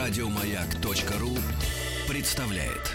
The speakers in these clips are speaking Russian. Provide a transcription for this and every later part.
Радиомаяк.ру представляет.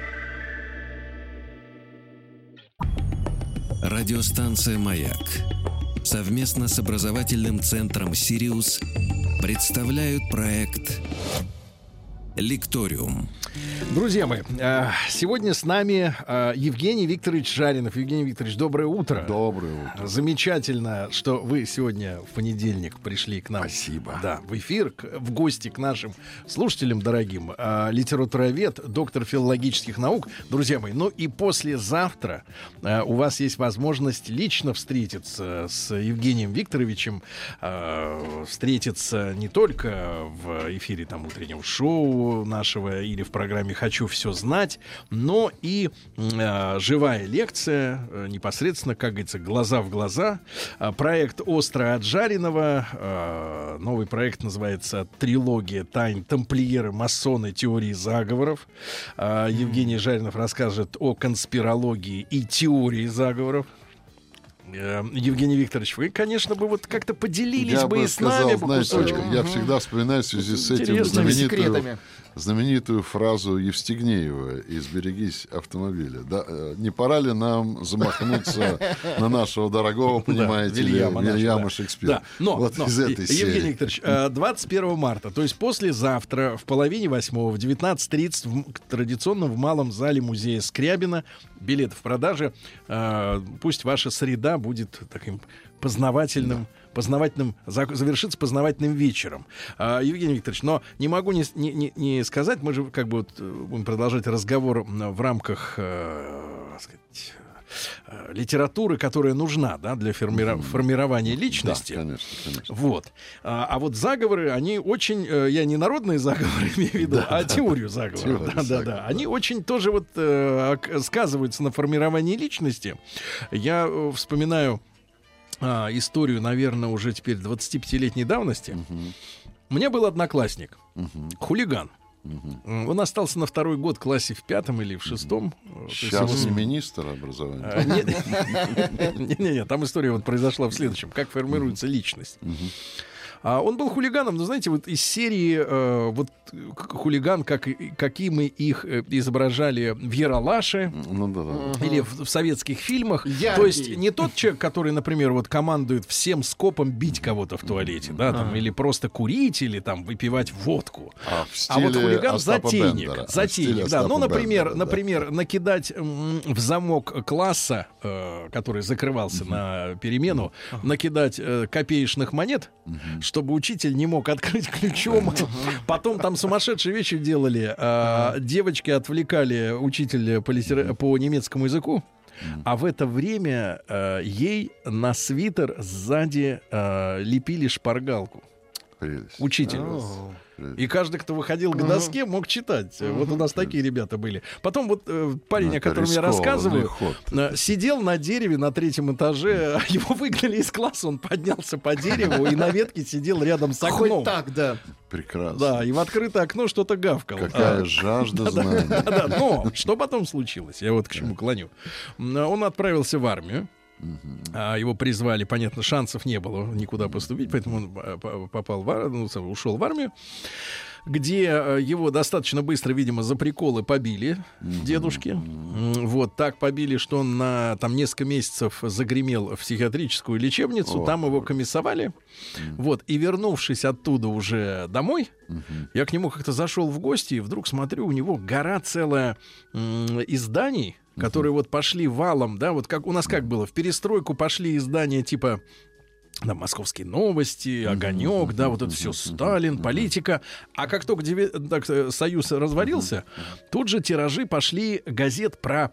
Радиостанция «Маяк» совместно с образовательным центром «Сириус» представляют проект «Лекториум». Друзья мои, сегодня с нами Евгений Викторович Жаринов. Евгений Викторович, доброе утро. Доброе утро. Замечательно, что вы сегодня в понедельник пришли к нам. Спасибо. Да, в эфир, в гости к нашим слушателям дорогим. Литературовед, доктор филологических наук. Друзья мои, ну и послезавтра у вас есть возможность лично встретиться с Евгением Викторовичем. Встретиться не только в эфире там утреннего шоу нашего или в программе «Хочу все знать», но и живая лекция, непосредственно, как говорится, глаза в глаза. Проект «Остро от Жареного». Новый проект называется «Трилогия тайн тамплиеры, масоны, теории заговоров». Евгений Жаринов расскажет о конспирологии и теории заговоров. Евгений Викторович, вы, конечно, бы вот как-то поделились бы и с нами по кусочкам. Я всегда вспоминаю в связи с этим знаменитую фразу Евстигнеева из «Берегись автомобиля». Да, не пора ли нам замахнуться на нашего дорогого, понимаете ли, Вильяма Шекспира? Но, из этой серии. Евгений Викторович, 21 марта, то есть послезавтра, в половине восьмого, в 19:30 традиционно в Малом зале музея Скрябина, билеты в продаже. Пусть ваша среда будет таким познавательным, завершится познавательным вечером. Евгений Викторович, но не могу не сказать, мы же как бы вот будем продолжать разговор в рамках, литературы, которая нужна, да, для формирования личности. Да, конечно. Вот. А вот заговоры, они очень, я не народные заговоры имею в виду, а теорию заговоров. Да. Они очень тоже вот сказываются на формировании личности. Я вспоминаю историю, наверное, уже теперь 25-летней давности. У меня был одноклассник, хулиган. Он остался на второй год в классе в 5 или в 6. Сейчас не министр образования. Нет, там история вот произошла в следующем. Как формируется личность. Он был хулиганом, но, знаете, вот из серии вот хулиган, какие мы их изображали в «Ералаше» или в советских фильмах. То есть не тот человек, который, например, вот командует всем скопом бить кого-то в туалете, да, там, или просто курить, или там выпивать водку. А вот хулиган затейник, да. Ну, например, накидать в замок класса, который закрывался на перемену, накидать копеечных монет, чтобы учитель не мог открыть ключом. Потом там сумасшедшие вещи делали. Девочки отвлекали учителя по немецкому языку, а в это время ей на свитер сзади лепили шпаргалку. Учитель. И каждый, кто выходил к доске, мог читать. Вот у нас такие ребята были. Потом вот парень, о котором я рассказываю, сидел на дереве на 3-м этаже, его выгнали из класса, он поднялся по дереву и на ветке сидел рядом с окном. Хоть так, да. Прекрасно. Да, и в открытое окно что-то гавкал. Какая жажда знаний. Но что потом случилось? Я вот к чему клоню. Он отправился в армию. Его призвали, понятно, шансов не было никуда поступить, поэтому он попал в армию, ушел в армию, где его достаточно быстро, видимо, за приколы побили дедушки. Вот так побили, что он на там несколько месяцев загремел в психиатрическую лечебницу, там его комиссовали. Вот, и вернувшись оттуда уже домой, я к нему как-то зашел в гости, и вдруг смотрю, у него гора целая изданий, которые вот пошли валом, да, вот как у нас как было, в перестройку пошли издания типа там, «Московские новости», «Огонек», да, вот это все Сталин, политика. А как только Союз развалился, тут же тиражи пошли газет про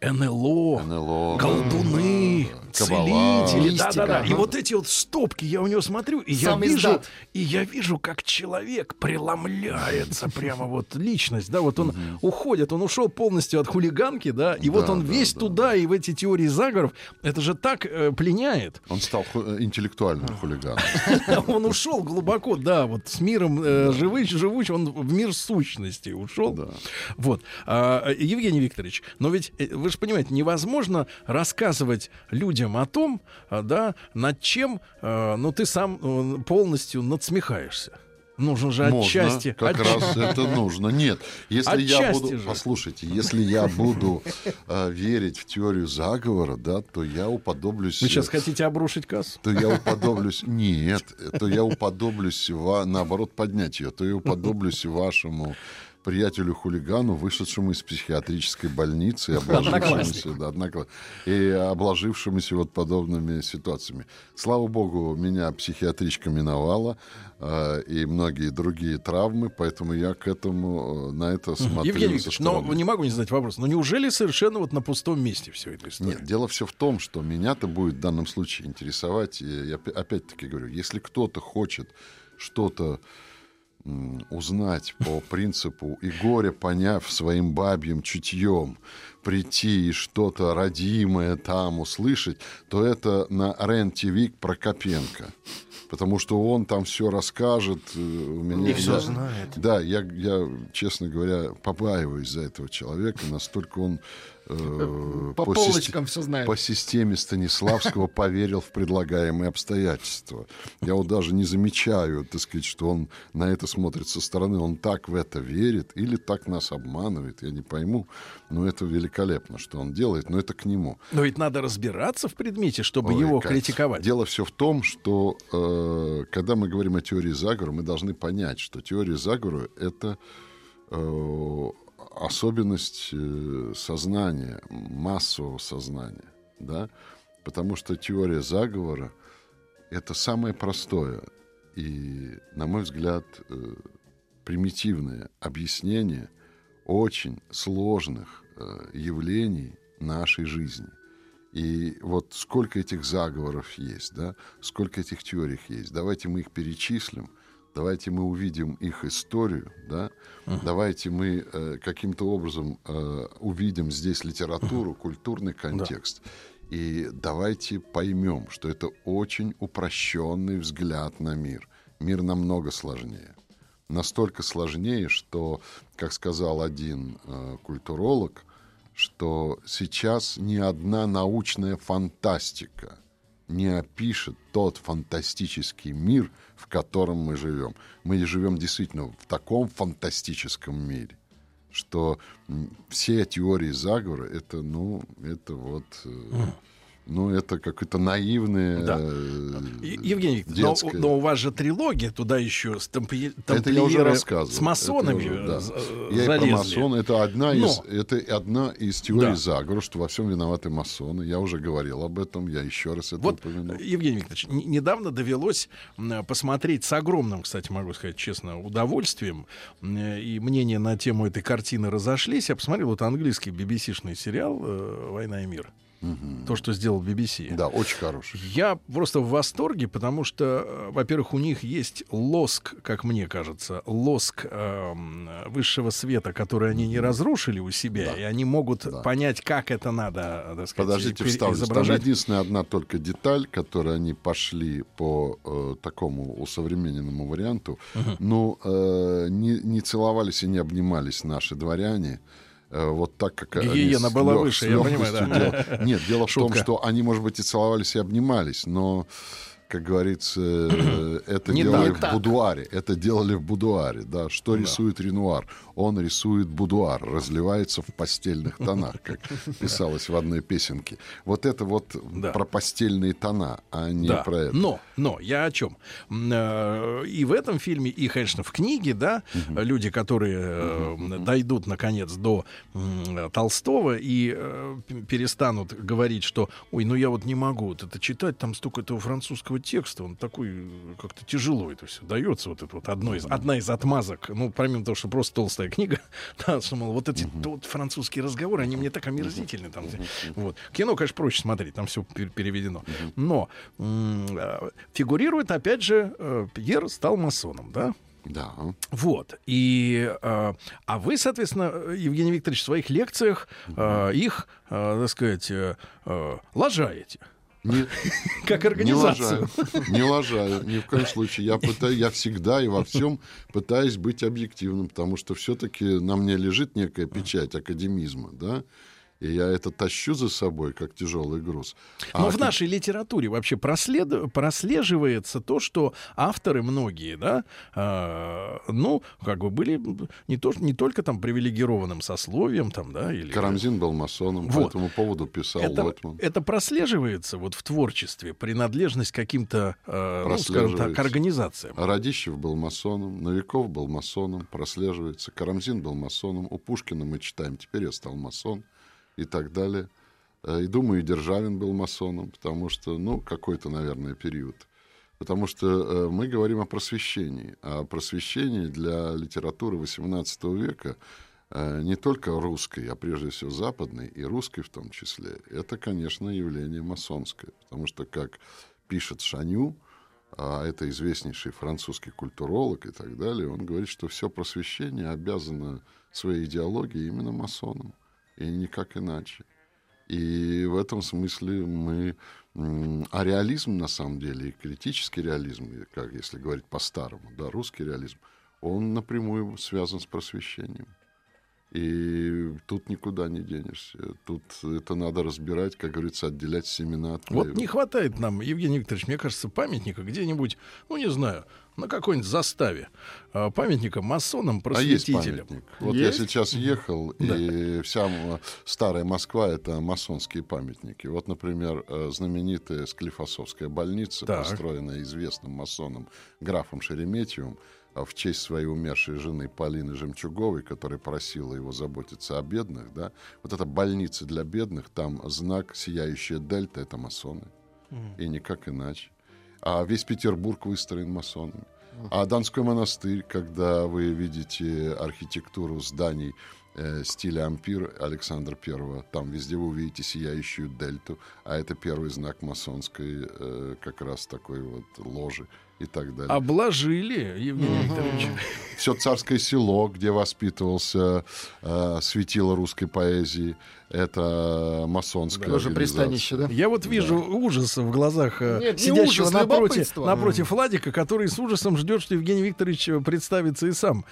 НЛО, колдуны, целители. Да. И вот эти вот стопки я у него смотрю, и я вижу, как человек преломляется, прямо вот личность, да, вот он уходит, он ушел полностью от хулиганки, да, и вот он весь туда, и в эти теории заговоров, это же так пленяет. Он стал интеллектуальным хулиганом. Он ушел глубоко, да, вот с миром живуч, он в мир сущности ушел. Вот. Евгений Викторович, но ведь вы же понимаете, невозможно рассказывать людям о том, да, над чем ты сам полностью надсмехаешься. нужно же отчасти. Как раз это нужно. Нет, если я буду... Послушайте, если я буду верить в теорию заговора, да, то я уподоблюсь... Вы сейчас хотите обрушить кассу? То я уподоблюсь... Нет, то я уподоблюсь, наоборот, поднять ее. То я уподоблюсь вашему приятелю-хулигану, вышедшему из психиатрической больницы и обложившемуся вот подобными ситуациями. Слава богу, меня психиатричка миновала, и многие другие травмы, поэтому я к этому, на это смотрю. Евгений Викторович, но не могу не задать вопрос. Но неужели совершенно вот на пустом месте все это история? Нет, дело все в том, что меня-то будет в данном случае интересовать, и я опять-таки говорю, если кто-то хочет что-то узнать по принципу и горе поняв своим бабьим чутьем, прийти и что-то родимое там услышать, то это на РЕН-ТВ Прокопенко. Потому что он там все расскажет. И все знает. Да, я, честно говоря, побаиваюсь за этого человека. Настолько он по полочкам все знает. По системе Станиславского поверил в предлагаемые обстоятельства. Я вот даже не замечаю, так сказать, что он на это смотрит со стороны. Он так в это верит или так нас обманывает. Я не пойму. Но это великолепно, что он делает. Но это к нему. Но ведь надо разбираться в предмете, чтобы его критиковать. Дело все в том, что когда мы говорим о теории заговора, мы должны понять, что теория заговора — это особенность сознания, массового сознания, да? Потому что теория заговора — это самое простое и, на мой взгляд, примитивное объяснение очень сложных явлений нашей жизни. И вот сколько этих заговоров есть, да? Сколько этих теорий есть. Давайте мы их перечислим. Давайте мы увидим их историю, да? Давайте мы каким-то образом увидим здесь литературу, культурный контекст. И давайте поймем, что это очень упрощенный взгляд на мир. Мир намного сложнее. Настолько сложнее, что, как сказал один культуролог, что сейчас ни одна научная фантастика не опишет тот фантастический мир, в котором мы живем. Мы живем действительно в таком фантастическом мире, что все теории заговора — это, это какое-то наивное... Да. Евгений Викторович, но у вас же трилогия, туда еще с это я уже рассказывал. С масонами Я и про масоны. Это одна из теорий заговора, что во всем виноваты масоны. Я уже говорил об этом, я еще раз это упомянул. Евгений Викторович, недавно довелось посмотреть с огромным, кстати, могу сказать честно, удовольствием, и мнения на тему этой картины разошлись. Я посмотрел вот английский BBC-шный сериал «Война и мир». То, что сделал BBC. Да, очень хороший. Я просто в восторге, потому что, во-первых, у них есть лоск, как мне кажется, лоск высшего света, который они не разрушили у себя, и они могут понять, как это надо, так сказать, подождите, вставлю. Там единственная одна только деталь, которой они пошли по такому усовремененному варианту. Не целовались и не обнимались наши дворяне. Вот так, как гигиена была выше, я понимаю, да. Нет, дело в том, что они, может быть, и целовались, и обнимались, но, как говорится, это делали в будуаре. Это делали в будуаре, да. Что рисует Ренуар? Он рисует будуар, разливается в постельных тонах, как писалось в одной песенке. Вот это вот про постельные тона, а не про это. Но я о чем? И в этом фильме, и, конечно, в книге, да, люди, которые дойдут, наконец, до Толстого и перестанут говорить, что ой, я вот не могу вот это читать, там столько этого французского текста, он такой, как-то тяжело это все дается, вот это вот одна из отмазок, помимо того, что просто толстая книга, да, что, мол, вот эти вот французские разговоры, они мне так омерзительны. Там, вот. Кино, конечно, проще смотреть, там все переведено. Но фигурирует, опять же, Пьер стал масоном, да? Да. Вот. И, а вы, соответственно, Евгений Викторович, в своих лекциях их, так сказать, лажаете. Нет, как организацию. Не лажаю, ни в коем случае. Я всегда и во всем пытаюсь быть объективным, потому что все-таки на мне лежит некая печать академизма, да. И я это тащу за собой, как тяжелый груз. Но в нашей литературе вообще прослеживается то, что авторы многие, да, были не только там привилегированным сословием, там, да, или... Карамзин был масоном, по этому поводу писал Лотман. Это прослеживается вот в творчестве, принадлежность к каким-то, скажем так, организациям. Радищев был масоном, Новиков был масоном, прослеживается. Карамзин был масоном, у Пушкина мы читаем «Теперь я стал масон» и так далее. И думаю, и Державин был масоном, потому что, какой-то, наверное, период. Потому что мы говорим о просвещении. А просвещение для литературы XVIII века, не только русской, а прежде всего западной, и русской в том числе, это, конечно, явление масонское. Потому что, как пишет Шаню, а это известнейший французский культуролог и так далее, он говорит, что все просвещение обязано своей идеологией именно масонам. И никак иначе. И в этом смысле а реализм, на самом деле, и критический реализм, как если говорить по-старому, да, русский реализм, он напрямую связан с просвещением. И тут никуда не денешься. Тут это надо разбирать, как говорится, отделять семена от плевел. Вот не хватает нам, Евгений Викторович, мне кажется, памятника где-нибудь, не знаю, на какой-нибудь заставе памятника масонам-просветителям. А есть памятник. Вот есть? Я сейчас ехал, и вся старая Москва — это масонские памятники. Вот, например, знаменитая Склифосовская больница, построенная известным масоном графом Шереметьевым, в честь своей умершей жены Полины Жемчуговой, которая просила его заботиться о бедных, да, вот эта больница для бедных, там знак «Сияющая дельта» — это масоны. И никак иначе. А весь Петербург выстроен масонами. А Донской монастырь, когда вы видите архитектуру зданий стиля ампир Александра I, там везде вы увидите сияющую дельту, а это первый знак масонской как раз такой вот ложи и так далее. Обложили, Евгений Викторович. Все Царское Село, где воспитывался светило русской поэзии, это масонская тоже пристанище, да? Я вот вижу ужас в глазах сидящего напротив Владика, который с ужасом ждет, что Евгений Викторович представится и сам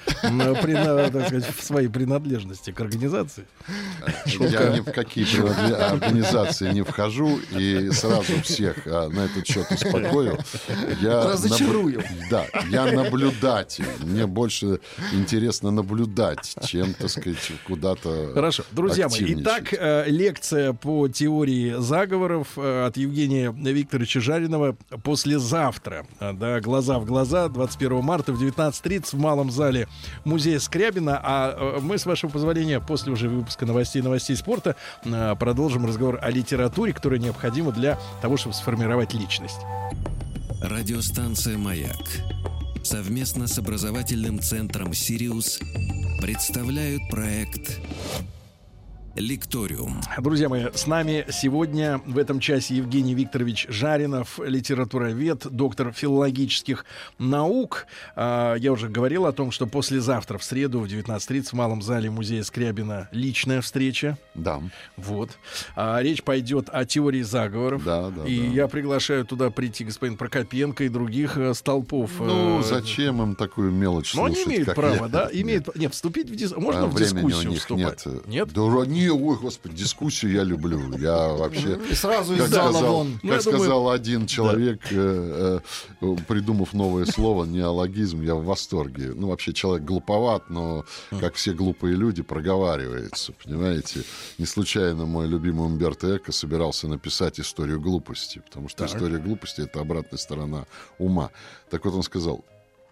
в своей принадлежности к организации. Я ни в какие организации не вхожу и сразу всех на этот счет успокою. Разочарую. Да, я наблюдатель. Мне больше интересно наблюдать, чем, так сказать, куда-то. Хорошо, друзья мои. Итак, лекция по теории заговоров от Евгения Викторовича Жаринова послезавтра. Да, глаза в глаза, 21 марта в 19:30 в Малом зале музея Скрябина. А мы, с вашего позволения, после уже выпуска новостей спорта, продолжим разговор о литературе, которая необходима для того, чтобы сформировать личность. Радиостанция «Маяк» совместно с образовательным центром «Сириус» представляют проект «Лекториум». Друзья мои, с нами сегодня в этом часе Евгений Викторович Жаринов, литературовед, доктор филологических наук. Я уже говорил о том, что послезавтра, в среду, в 19:30 в Малом зале музея Скрябина личная встреча. Да. Вот. Речь пойдет о теории заговоров. Да. Я приглашаю туда прийти господин Прокопенко и других столпов. Зачем им такую мелочь слушать? Но они имеют право, да? Нет, вступить в дискуссию. Можно в дискуссию вступать? Нет? Ой, господи, дискуссию я люблю. Я вообще... И сразу из зала вон. Как сказал один человек, придумав новое слово, неологизм, я в восторге. Вообще человек глуповат, но, как все глупые люди, проговаривается. Понимаете? Не случайно мой любимый Умберто Эко собирался написать историю глупости, потому что история глупости — это обратная сторона ума. Так вот он сказал,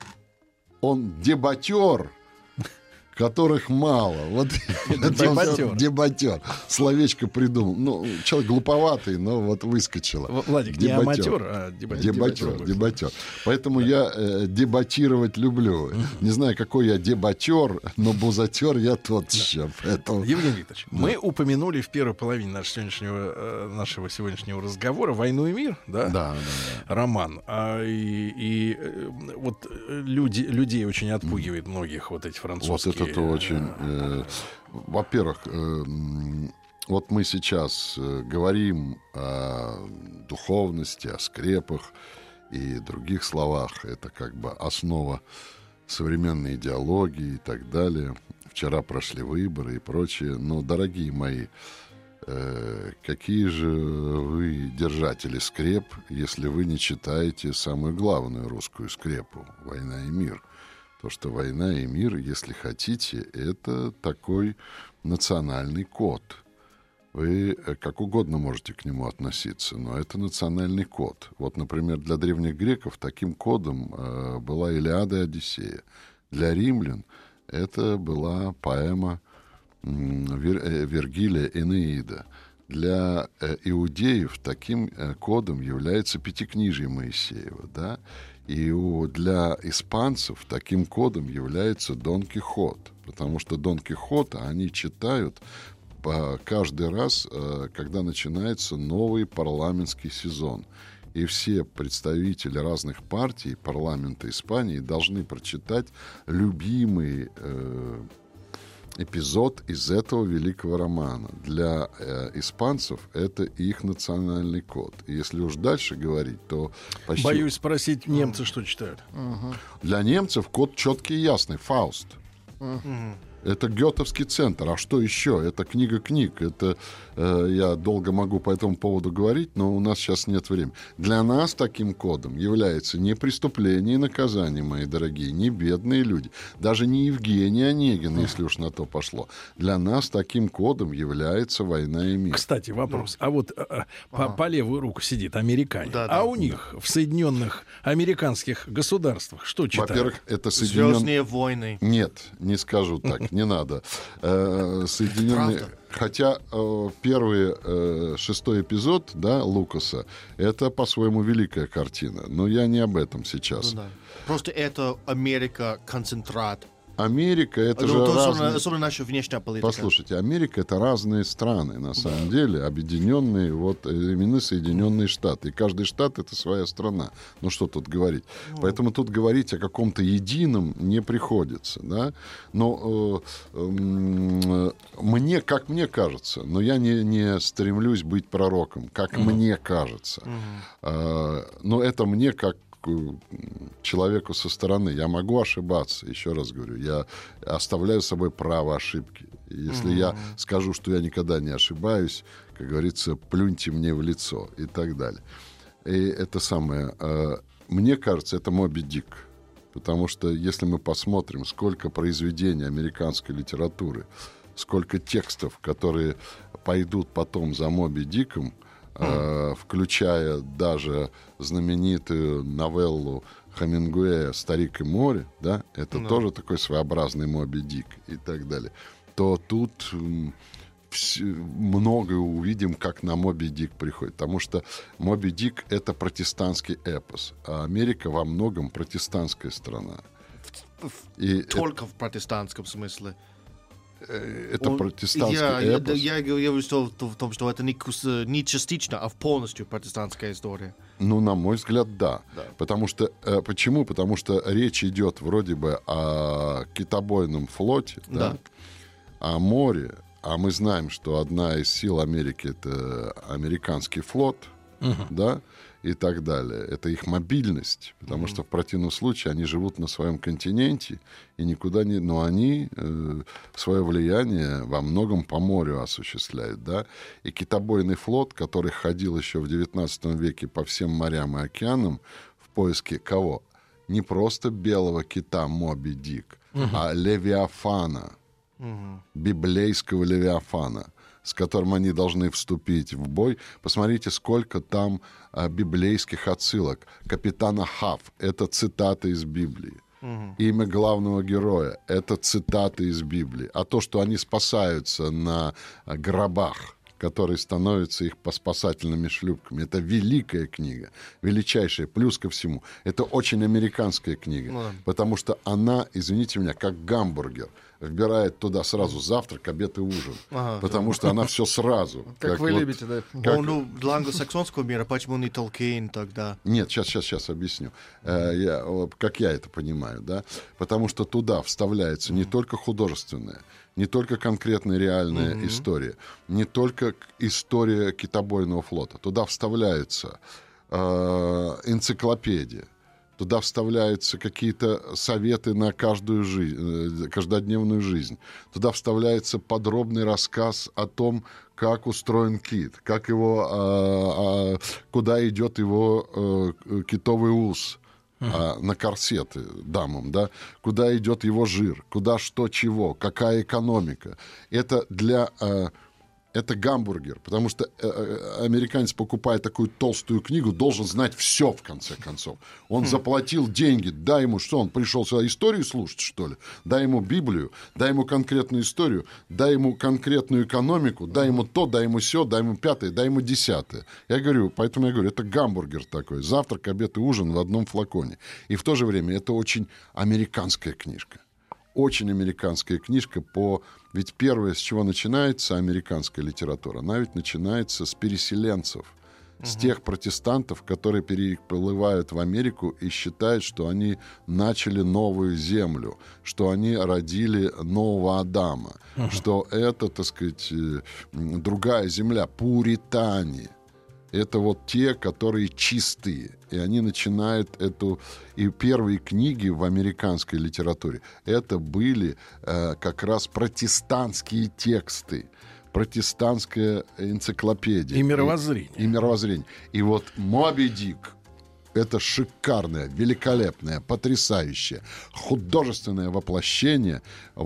он дебатер, которых мало. Вот дебатер. Словечко придумал. Человек глуповатый, но вот выскочило. Владик, не аматер, а дебатер. Поэтому я дебатировать люблю. Не знаю, какой я дебатер, но бузатер я тот еще. Евгений Викторович, мы упомянули в первой половине нашего сегодняшнего разговора «Войну и мир», да? Да. Роман. И вот людей очень отпугивает многих вот эти французские. Это очень... Во-первых, вот мы сейчас говорим о духовности, о скрепах и других словах. Это как бы основа современной идеологии и так далее. Вчера прошли выборы и прочее. Но, дорогие мои, Какие же вы держатели скреп, если вы не читаете самую главную русскую скрепу «Война и мир»? То, что «Война и мир», если хотите, это такой национальный код. Вы как угодно можете к нему относиться, но это национальный код. Вот, например, для древних греков таким кодом была «Илиада» и «Одиссея». Для римлян это была поэма Вергилия «Энеида». Для иудеев таким кодом является Пятикнижие Моисеева, да? И для испанцев таким кодом является Дон Кихот, потому что Дон Кихота они читают каждый раз, когда начинается новый парламентский сезон. И все представители разных партий парламента Испании должны прочитать любимый эпизод из этого великого романа. Для испанцев это их национальный код. И если уж дальше говорить, то почти... Боюсь спросить, немцы что читают? Для немцев код четкий и ясный. Фауст. Это Гётовский центр. А что еще? Это книга книг. Это я долго могу по этому поводу говорить, но у нас сейчас нет времени. Для нас таким кодом является не преступление и наказание, мои дорогие, не бедные люди. Даже не Евгений Онегин, если уж на то пошло. Для нас таким кодом является «Война и мир». Кстати, вопрос. А вот по левую руку сидит американец. А у них в Соединенных Американских государствах что читают? Во-первых, это «Звездные войны». Нет, не скажу так. Не надо. Соединенные... Хотя первый 6-й эпизод, да, Лукаса, это по-своему великая картина. Но я не об этом сейчас. Ну, да. Просто это Америка концентрат. Америка — это же разные... Особенно наша внешняя политика. Послушайте, Америка — это разные страны, на самом деле, объединенные, вот именно Соединенные Штаты. И каждый штат — это своя страна. Ну, что тут говорить? Поэтому тут говорить о каком-то едином не приходится, да? Но как мне кажется, но я не стремлюсь быть пророком, как мне кажется. Но это мне как человеку со стороны. Я могу ошибаться, еще раз говорю. Я оставляю собой право ошибки. Если я скажу, что я никогда не ошибаюсь, как говорится, плюньте мне в лицо и так далее. И это самое... Мне кажется, это Моби Дик. Потому что если мы посмотрим, сколько произведений американской литературы, сколько текстов, которые пойдут потом за Моби Диком, включая даже знаменитую новеллу Хемингуэя «Старик и море», да, это тоже такой своеобразный Моби Дик и так далее, то тут многое увидим, как на Моби Дик приходит. Потому что Моби Дик — это протестантский эпос, а Америка во многом протестантская страна. Только в протестантском смысле. Это протестантский эпос. Я говорю в том, что это не частично, а полностью протестантская история. Ну, на мой взгляд, да. Потому что, почему? Потому что речь идет вроде бы о китобойном флоте, да? О море. А мы знаем, что одна из сил Америки — это американский флот, да, и так далее. Это их мобильность, потому что в противном случае они живут на своем континенте и никуда не... Но они свое влияние во многом по морю осуществляют, да. И китобойный флот, который ходил еще в XIX веке по всем морям и океанам в поиске кого? Не просто белого кита Моби Дик, а Левиафана, библейского Левиафана, с которым они должны вступить в бой. Посмотрите, сколько там библейских отсылок. Капитан Ахав — это цитата из Библии. Имя главного героя — это цитата из Библии. А то, что они спасаются на гробах, которые становятся их спасательными шлюпками, это великая книга, величайшая. Плюс ко всему, это очень американская книга, потому что она, извините меня, как гамбургер, вбирает туда сразу завтрак, обед и ужин. Потому что она все сразу. Как вы любите, да? Для англосаксонского мира почему не Толкин тогда? Нет, сейчас объясню. Как я это понимаю, да? Потому что туда вставляется не только художественная, не только конкретная реальная история, не только история китобойного флота. Туда вставляется энциклопедия. Туда вставляются какие-то советы на каждую жизнь, каждодневную жизнь. Туда вставляется подробный рассказ о том, как устроен кит, как его, куда идет его китовый ус на корсеты дамам, да, куда идет его жир, куда что чего, какая экономика. Это гамбургер, потому что американец, покупая такую толстую книгу, должен знать все, в конце концов. Он заплатил деньги, дай ему что, он пришел сюда историю слушать, что ли? Дай ему Библию, дай ему конкретную историю, дай ему конкретную экономику, дай ему то, дай ему сё, дай ему пятое, дай ему десятое. Поэтому я говорю, это гамбургер такой, завтрак, обед и ужин в одном флаконе. И в то же время это очень американская книжка. Очень американская книжка Ведь первое, с чего начинается американская литература, она ведь начинается с переселенцев, с тех протестантов, которые переплывают в Америку и считают, что они начали новую землю, что они родили нового Адама, что это, так сказать, другая земля, пуритане. Это вот те, которые чистые. И они начинают И первые книги в американской литературе это были как раз протестантские тексты, протестантская энциклопедия. И мировоззрение. И вот «Моби Дик» — это шикарное, великолепное, потрясающее, художественное воплощение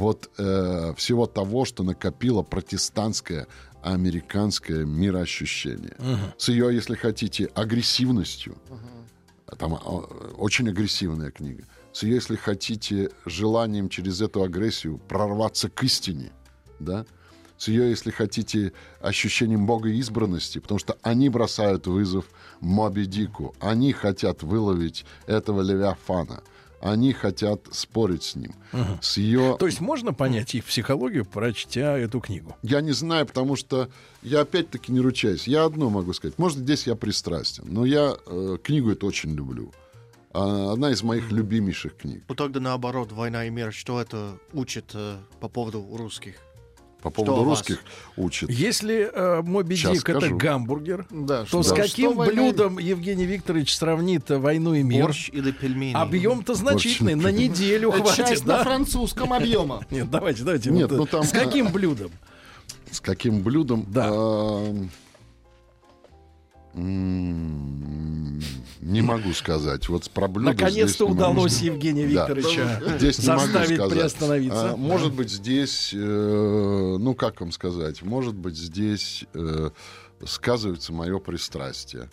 всего того, что накопило протестантское американское мироощущение. С ее, если хотите, агрессивностью. Там очень агрессивная книга. С ее, если хотите, желанием через эту агрессию прорваться к истине. Да? С ее, если хотите, ощущением богоизбранности, потому что они бросают вызов Моби Дику. Они хотят выловить этого Левиафана. Они хотят спорить с ним. С ее... То есть можно понять их психологию, прочтя эту книгу? Я не знаю, потому что я опять-таки не ручаюсь. Я одно могу сказать. Может, здесь я пристрастен, но я книгу эту очень люблю. Одна из моих любимейших книг. Ну тогда наоборот, «Война и мир», что это учит по поводу русских? По поводу русских учит. Если «Моби Дик» — это гамбургер, то с каким блюдом Евгений Викторович сравнит «Войну и мир»? Борщ или пельмени? Объем-то значительный, на неделю хватит. Часть на французском объема. Нет, давайте. Нет, там... С каким блюдом? С каким блюдом? Да. Не могу сказать. Вот про блюдо наконец-то удалось Евгения Викторовича заставить приостановиться. Может быть, здесь, как вам сказать, может быть, здесь сказывается мое пристрастие.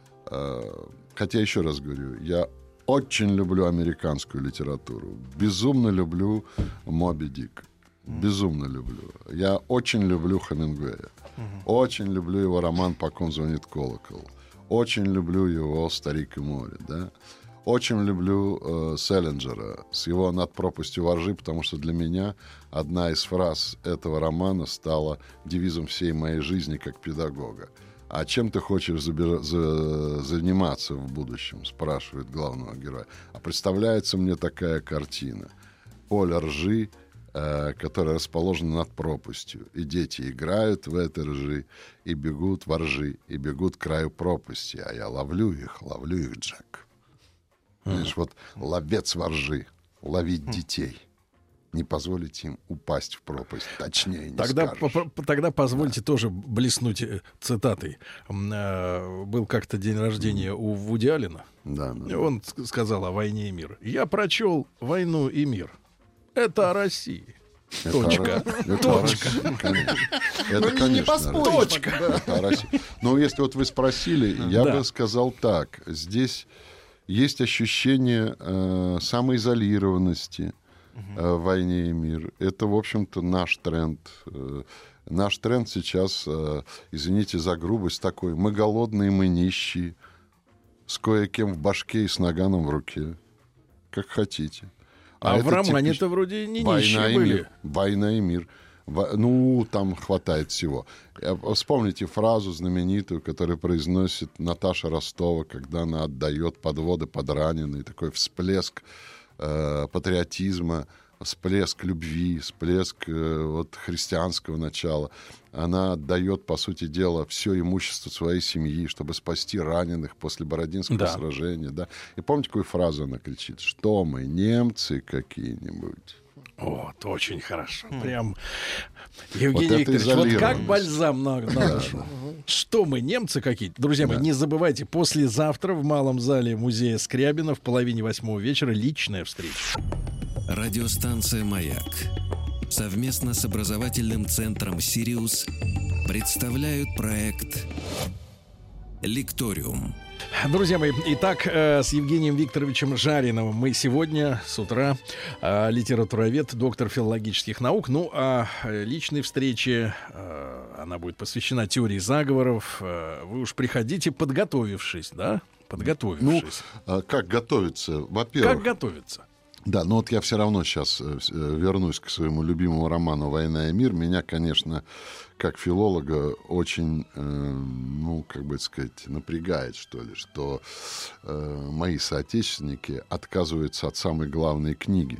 Хотя, еще раз говорю, я очень люблю американскую литературу. Безумно люблю Моби Дик. Безумно люблю. Я очень люблю Хемингуэя. Очень люблю его роман «По ком звонит колокол». Очень люблю его «Старик и море». Да? Очень люблю Селлинджера с его «Над пропастью воржи», потому что для меня одна из фраз этого романа стала девизом всей моей жизни как педагога. «А чем ты хочешь заниматься в будущем?» — спрашивает главного героя. А представляется мне такая картина. Поле ржи, которая расположена над пропастью. И дети играют в этой ржи, и бегут во ржи, и бегут к краю пропасти. А я ловлю их, Джек. Знаешь, вот ловец во ржи, ловить детей. Не позволить им упасть в пропасть. Точнее не скажешь. Тогда позвольте тоже блеснуть цитатой. Был как-то день рождения у Вуди Аллена. Да. Он сказал о «Войне и мир». Я прочел «Войну и мир». Это о России. Точка. Точка. Это, конечно, точка. Это о России. Но если вот вы спросили, я бы сказал так. Здесь есть ощущение самоизолированности в «Войне и мир». Это, в общем-то, наш тренд. Наш тренд сейчас, извините за грубость, такой: мы голодные, мы нищие, с кое-кем в башке и с наганом в руке. Как хотите. А в романе-то вроде не нищие были. «Война и мир». Там хватает всего. Вспомните фразу знаменитую, которую произносит Наташа Ростова, когда она отдает подводы под раненые. Такой всплеск патриотизма. всплеск любви, всплеск вот, христианского начала. Она отдает, по сути дела, все имущество своей семьи, чтобы спасти раненых после Бородинского сражения. Да? И помните, какую фразу она кричит? Что мы, немцы какие-нибудь? Вот, очень хорошо. Прям, Евгений вот Викторович, вот как бальзам на душу. Что мы, немцы какие-то? Друзья мои, не забывайте, послезавтра в Малом зале музея Скрябина в 7:30 вечера личная встреча. Радиостанция «Маяк» совместно с образовательным центром «Сириус» представляют проект «Лекториум». Друзья мои, итак, с Евгением Викторовичем Жариновым мы сегодня с утра литературовед, доктор филологических наук. Ну, а личной встрече, она будет посвящена теории заговоров. Вы уж приходите, подготовившись, да? Подготовившись. Ну, как готовиться? Во-первых... Как готовиться? Да, но вот я все равно сейчас вернусь к своему любимому роману «Война и мир». Меня, конечно, как филолога очень, ну, как бы сказать, напрягает, что ли, что мои соотечественники отказываются от самой главной книги.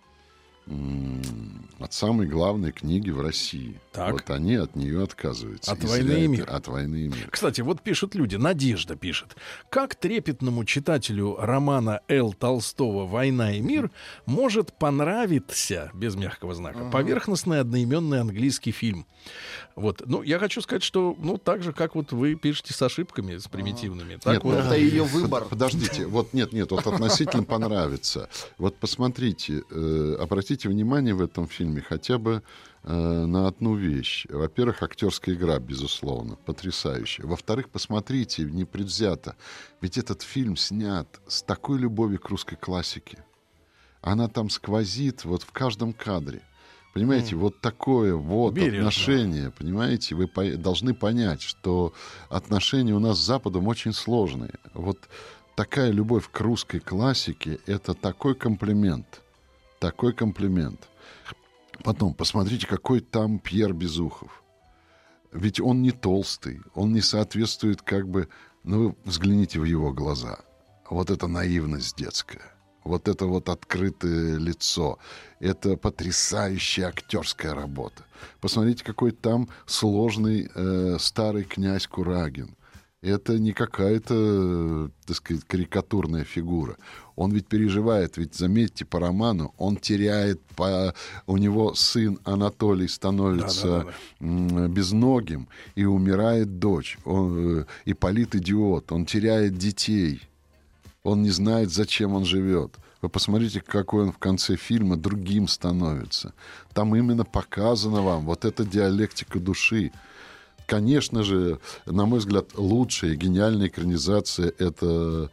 От самой главной книги в России. Так. Вот они от нее отказываются. От «Войны и мир». От «Войны и мир». Кстати, вот пишут люди, Надежда пишет. Как трепетному читателю романа Л. Толстого «Война и мир» может понравиться, без мягкого знака, поверхностный одноименный английский фильм? Вот. Ну, я хочу сказать, что, ну, так же, как вот вы пишете с ошибками, с примитивными. Так нет, вот. Это ее выбор. Подождите, вот нет, вот относительно понравится. Вот посмотрите, обратите внимание в этом фильме хотя бы на одну вещь. Во-первых, актерская игра, безусловно, потрясающая. Во-вторых, посмотрите непредвзято. Ведь этот фильм снят с такой любовью к русской классике. Она там сквозит вот в каждом кадре. Понимаете, вот такое вот бережно отношение, понимаете, вы должны понять, что отношения у нас с Западом очень сложные. Вот такая любовь к русской классике — это такой комплимент. Такой комплимент. Потом, посмотрите, какой там Пьер Безухов. Ведь он не толстый, он не соответствует как бы... Ну, вы взгляните в его глаза. Вот эта наивность детская. Вот это вот открытое лицо. Это потрясающая актерская работа. Посмотрите, какой там сложный старый князь Курагин. Это не какая-то, так сказать, карикатурная фигура. Он ведь переживает, ведь, заметьте, по роману он теряет, у него сын Анатолий становится безногим, и умирает дочь. Ипполит идиот, он теряет детей. Он не знает, зачем он живет. Вы посмотрите, какой он в конце фильма другим становится. Там именно показана вам вот эта диалектика души. Конечно же, на мой взгляд, лучшая гениальная экранизация — это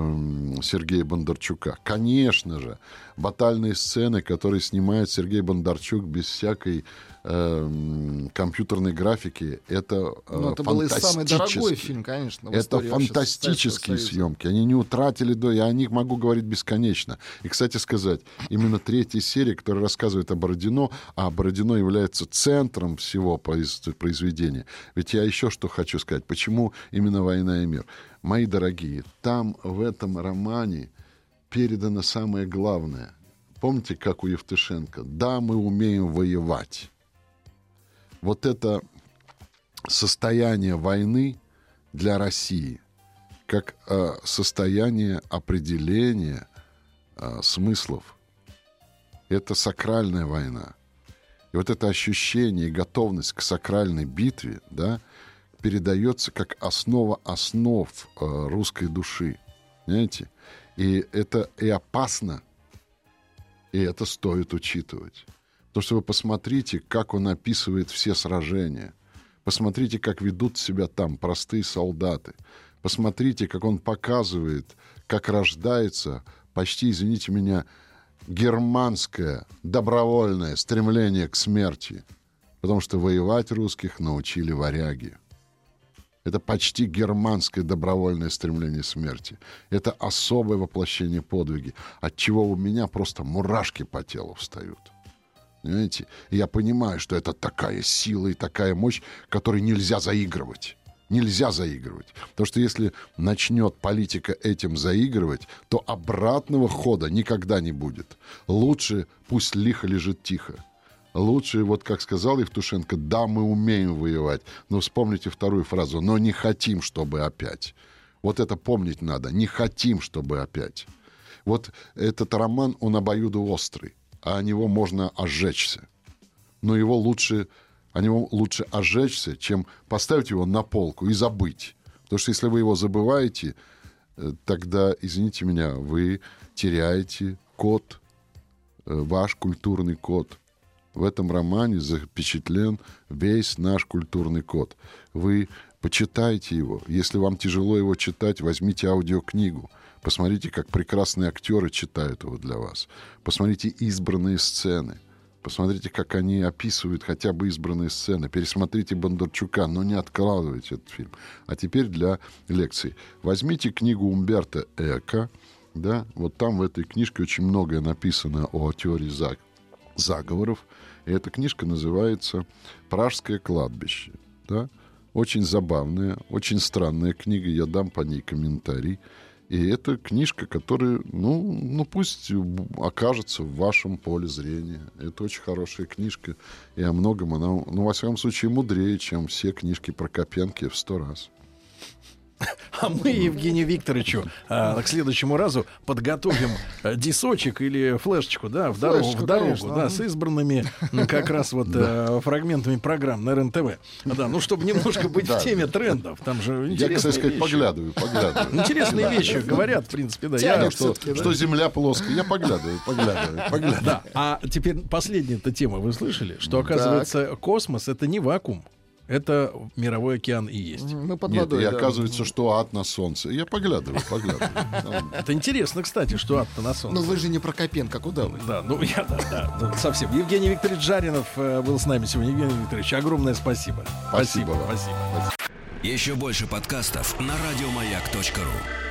Сергея Бондарчука. Конечно же, батальные сцены, которые снимает Сергей Бондарчук без всякой компьютерной графики, это это был и самый дорогой фильм, конечно. Это фантастические съемки. Они не утратили я о них могу говорить бесконечно. И, кстати сказать, именно третья серия, которая рассказывает о Бородино, а Бородино является центром всего произведения. Ведь я еще что хочу сказать. Почему именно «Война и мир»? Мои дорогие, там в этом романе передано самое главное. Помните, как у Евтушенко? Да, мы умеем воевать. Вот это состояние войны для России, как состояние определения смыслов. Это сакральная война. И вот это ощущение и готовность к сакральной битве, да, передается как основа основ русской души. Понимаете? И это и опасно, и это стоит учитывать. Потому что вы посмотрите, как он описывает все сражения. Посмотрите, как ведут себя там простые солдаты. Посмотрите, как он показывает, как рождается почти, извините меня, германское добровольное стремление к смерти. Потому что воевать русских научили варяги. Это почти германское добровольное стремление смерти. Это особое воплощение подвиги, от чего у меня просто мурашки по телу встают. Понимаете? И я понимаю, что это такая сила и такая мощь, которой нельзя заигрывать. Нельзя заигрывать. Потому что если начнет политика этим заигрывать, то обратного хода никогда не будет. Лучше пусть лихо лежит тихо. Лучше, вот как сказал Евтушенко, да, мы умеем воевать. Но вспомните вторую фразу, но не хотим, чтобы опять. Вот это помнить надо. Не хотим, чтобы опять. Вот этот роман, он обоюдоострый. А о него можно ожечься. Но его лучше... О него лучше ожечься, чем поставить его на полку и забыть. Потому что если вы его забываете, тогда, извините меня, вы теряете код, ваш культурный код. В этом романе запечатлен весь наш культурный код. Вы почитайте его. Если вам тяжело его читать, возьмите аудиокнигу. Посмотрите, как прекрасные актеры читают его для вас. Посмотрите избранные сцены. Посмотрите, как они описывают хотя бы избранные сцены. Пересмотрите Бондарчука, но не откладывайте этот фильм. А теперь для лекции. Возьмите книгу Умберто Эко. Да? Вот там в этой книжке очень многое написано о теории заговоров. И эта книжка называется «Пражское кладбище». Да? Очень забавная, очень странная книга. Я дам по ней комментарий. И это книжка, которая, ну, пусть окажется в вашем поле зрения. Это очень хорошая книжка. И о многом она, во всяком случае, мудрее, чем все книжки Прокопенко в 100 раз. А мы Евгению Викторовичу к следующему разу подготовим дисочек или флешечку, да, в дорогу, конечно, да, с избранными как раз вот фрагментами программ на РЕН-ТВ. Да, ну, чтобы немножко быть в теме трендов. Там же интересные Я, кстати сказать, вещи. Поглядываю. Интересные вещи говорят, в принципе, да. Что земля плоская. Я поглядываю. Да, а теперь последняя-то тема, вы слышали? Что, оказывается, космос — это не вакуум. Это мировой океан и есть. Мы под водой, и оказывается, что ад на солнце. Я поглядываю. Это интересно, кстати, что ад-то на солнце. Но вы же не Прокопенко, куда вы? Да, совсем. Евгений Викторович Жаринов был с нами сегодня. Евгений Викторович, огромное спасибо. Спасибо. Еще больше подкастов на радиомаяк.ру.